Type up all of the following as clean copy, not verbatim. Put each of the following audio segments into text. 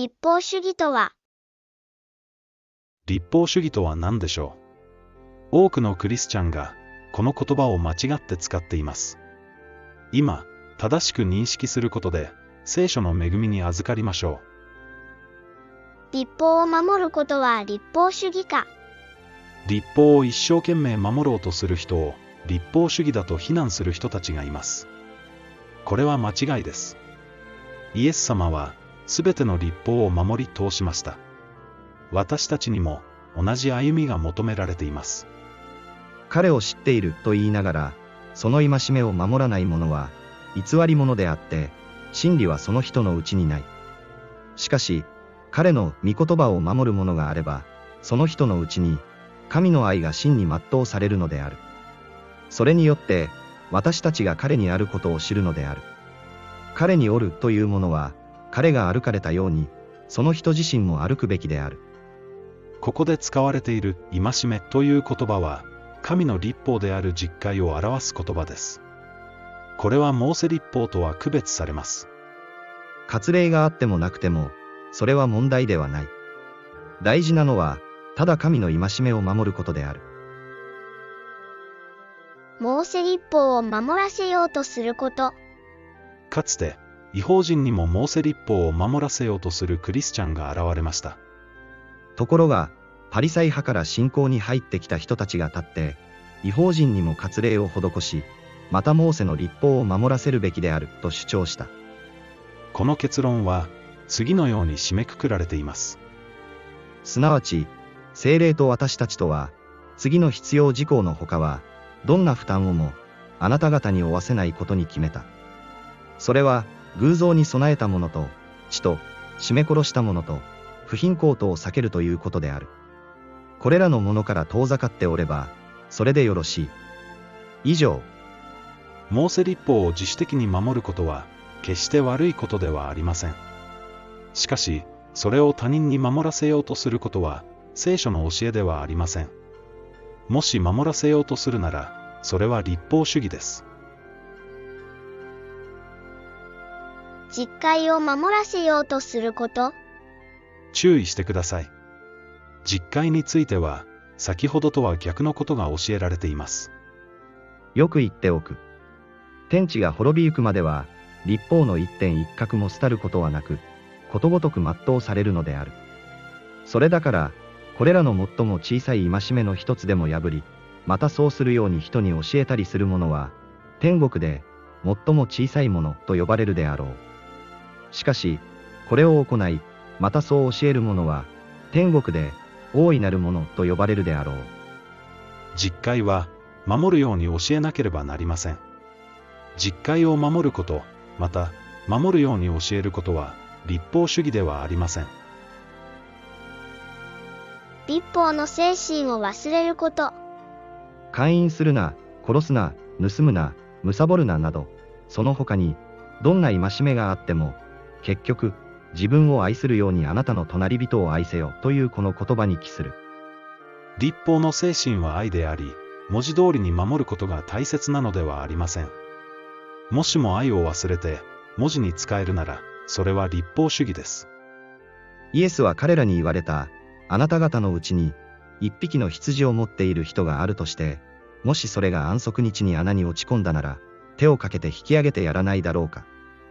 立法主義とは？ 立法主義とは何でしょう。多くのクリスチャンがこの言葉を間違って使っています。今、正しく認識することで聖書の恵みに預かりましょう。立法を守ることは立法主義か。 立法を一生懸命守ろうとする人を立法主義だと非難する人たちがいます。これは間違いです。イエス様はすべての立法を守り通しました。私たちにも同じ歩みが求められています。 彼を知っていると言いながら、その戒めを守らない者は偽り者であって、真理はその人のうちにない。しかし、彼の御言葉を守る者があれば、その人のうちに神の愛が真に全うされるのである。それによって私たちが彼にあることを知るのである。彼におるというものは、彼が歩かれたように、その人自身も歩くべきである。 ここで使われている戒めという言葉は、神の律法である実戒を表す言葉です。これはモーセ律法とは区別されます。 割礼があってもなくても、それは問題ではない。大事なのは、ただ神の戒めを守ることである。 モーセ律法を守らせようとすること。 かつて、異邦人にもモーセ律法を守らせようとするクリスチャンが現れました。 ところが、パリサイ派から信仰に入ってきた人たちが立って、異邦人にも割礼を施し、またモーセの律法を守らせるべきであると主張した。 この結論は、次のように締めくくられています。 すなわち、聖霊と私たちとは、次の必要事項のほかは、どんな負担をも、あなた方に負わせないことに決めた。それは、偶像に備えたものと、血と、絞め殺したものと、不貧困等を避けるということである。これらのものから遠ざかっておれば、それでよろしい。以上。 モーセ律法を自主的に守ることは、決して悪いことではありません。しかし、それを他人に守らせようとすることは、聖書の教えではありません。もし守らせようとするなら、それは律法主義です。 実戒を守らせようとすること。 注意してください。実戒については、先ほどとは逆のことが教えられています。 よく言っておく。天地が滅びゆくまでは、律法の一点一画も廃ることはなく、ことごとく全うされるのである。それだから、これらの最も小さい戒めの一つでも破り、またそうするように人に教えたりする者は、天国で最も小さいものと呼ばれるであろう。しかし、これを行い、またそう教える者は、天国で大いなるものと呼ばれるであろう。 実戒は、守るように教えなければなりません。実戒を守ること、また、守るように教えることは、律法主義ではありません。 律法の精神を忘れること。 姦淫するな、殺すな、盗むな、貪るななど、その他に、どんな戒めがあっても、結局、自分を愛するようにあなたの隣人を愛せよというこの言葉に帰する。 律法の精神は愛であり、文字通りに守ることが大切なのではありません。もしも愛を忘れて、文字に使えるなら、それは律法主義です。 イエスは彼らに言われた、あなた方のうちに、一匹の羊を持っている人があるとして、もしそれが安息日に穴に落ち込んだなら、手をかけて引き上げてやらないだろうか。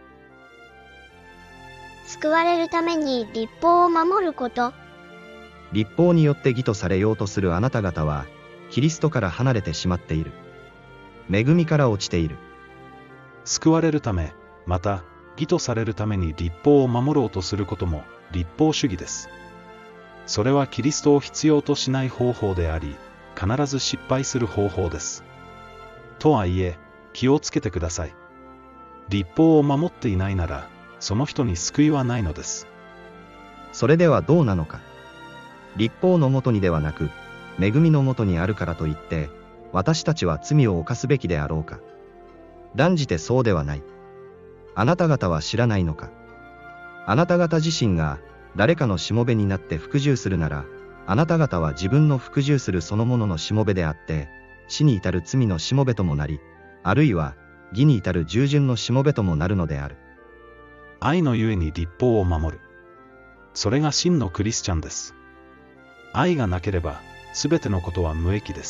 救われるために律法を守ること。 律法によって義とされようとするあなた方は、キリストから離れてしまっている。恵みから落ちている。 救われるため、また、義とされるために律法を守ろうとすることも、律法主義です。それはキリストを必要としない方法であり、必ず失敗する方法です。とはいえ、気をつけてください。律法を守っていないなら、その人に救いはないのです。 それではどうなのか。律法のもとにではなく、恵みのもとにあるからといって、私たちは罪を犯すべきであろうか。断じてそうではない。あなた方は知らないのか。あなた方自身が誰かのしもべになって服従するなら、あなた方は自分の服従するそのもののしもべであって、死に至る罪のしもべともなり、あるいは義に至る従順のしもべともなるのである。 愛のゆえに律法を守る。 それが真のクリスチャンです。愛がなければ、すべてのことは無益です。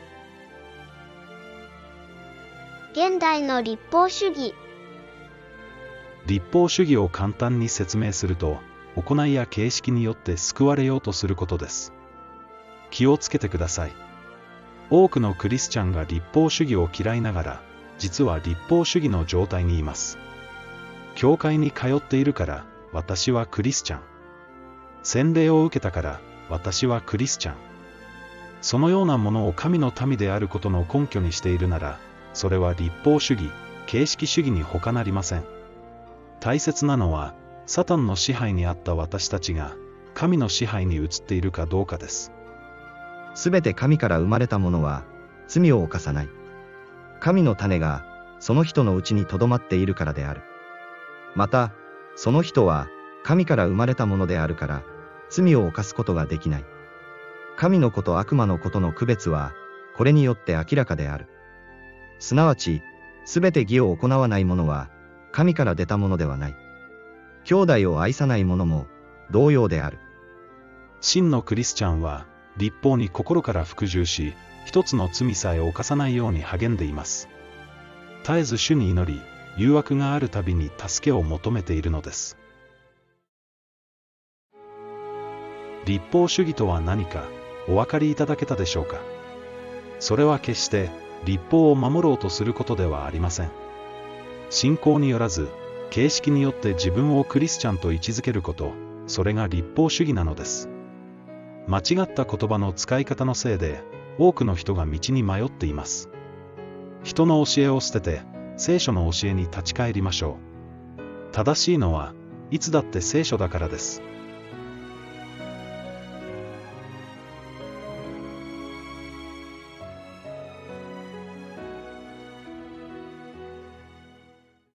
現代の立法主義。 立法主義を簡単に説明すると、行いや形式によって救われようとすることです。気をつけてください。多くのクリスチャンが立法主義を嫌いながら、実は立法主義の状態にいます。教会に通っているから、私はクリスチャン。洗礼を受けたから、私はクリスチャン。そのようなものを神の民であることの根拠にしているなら、それは立法主義、形式主義に他なりません。大切なのは、サタンの支配にあった私たちが、神の支配に移っているかどうかです。 すべて神から生まれたものは、罪を犯さない。神の種が、その人のうちにとどまっているからである。また、その人は、神から生まれたものであるから、罪を犯すことができない。神の子と悪魔のことの区別は、これによって明らかである。すなわち、すべて義を行わない者は、神から出たものではない。兄弟を愛さない者も、同様である。 真のクリスチャンは、立法に心から服従し、一つの罪さえ犯さないように励んでいます。絶えず主に祈り、誘惑があるたびに助けを求めているのです。立法主義とは何か、お分かりいただけたでしょうか。それは決して、立法を守ろうとすることではありません。信仰によらず、形式によって自分をクリスチャンと位置づけること、それが立法主義なのです。間違った言葉の使い方のせいで、多くの人が道に迷っています。人の教えを捨てて、聖書の教えに立ち返りましょう。正しいのは、いつだって聖書だからです。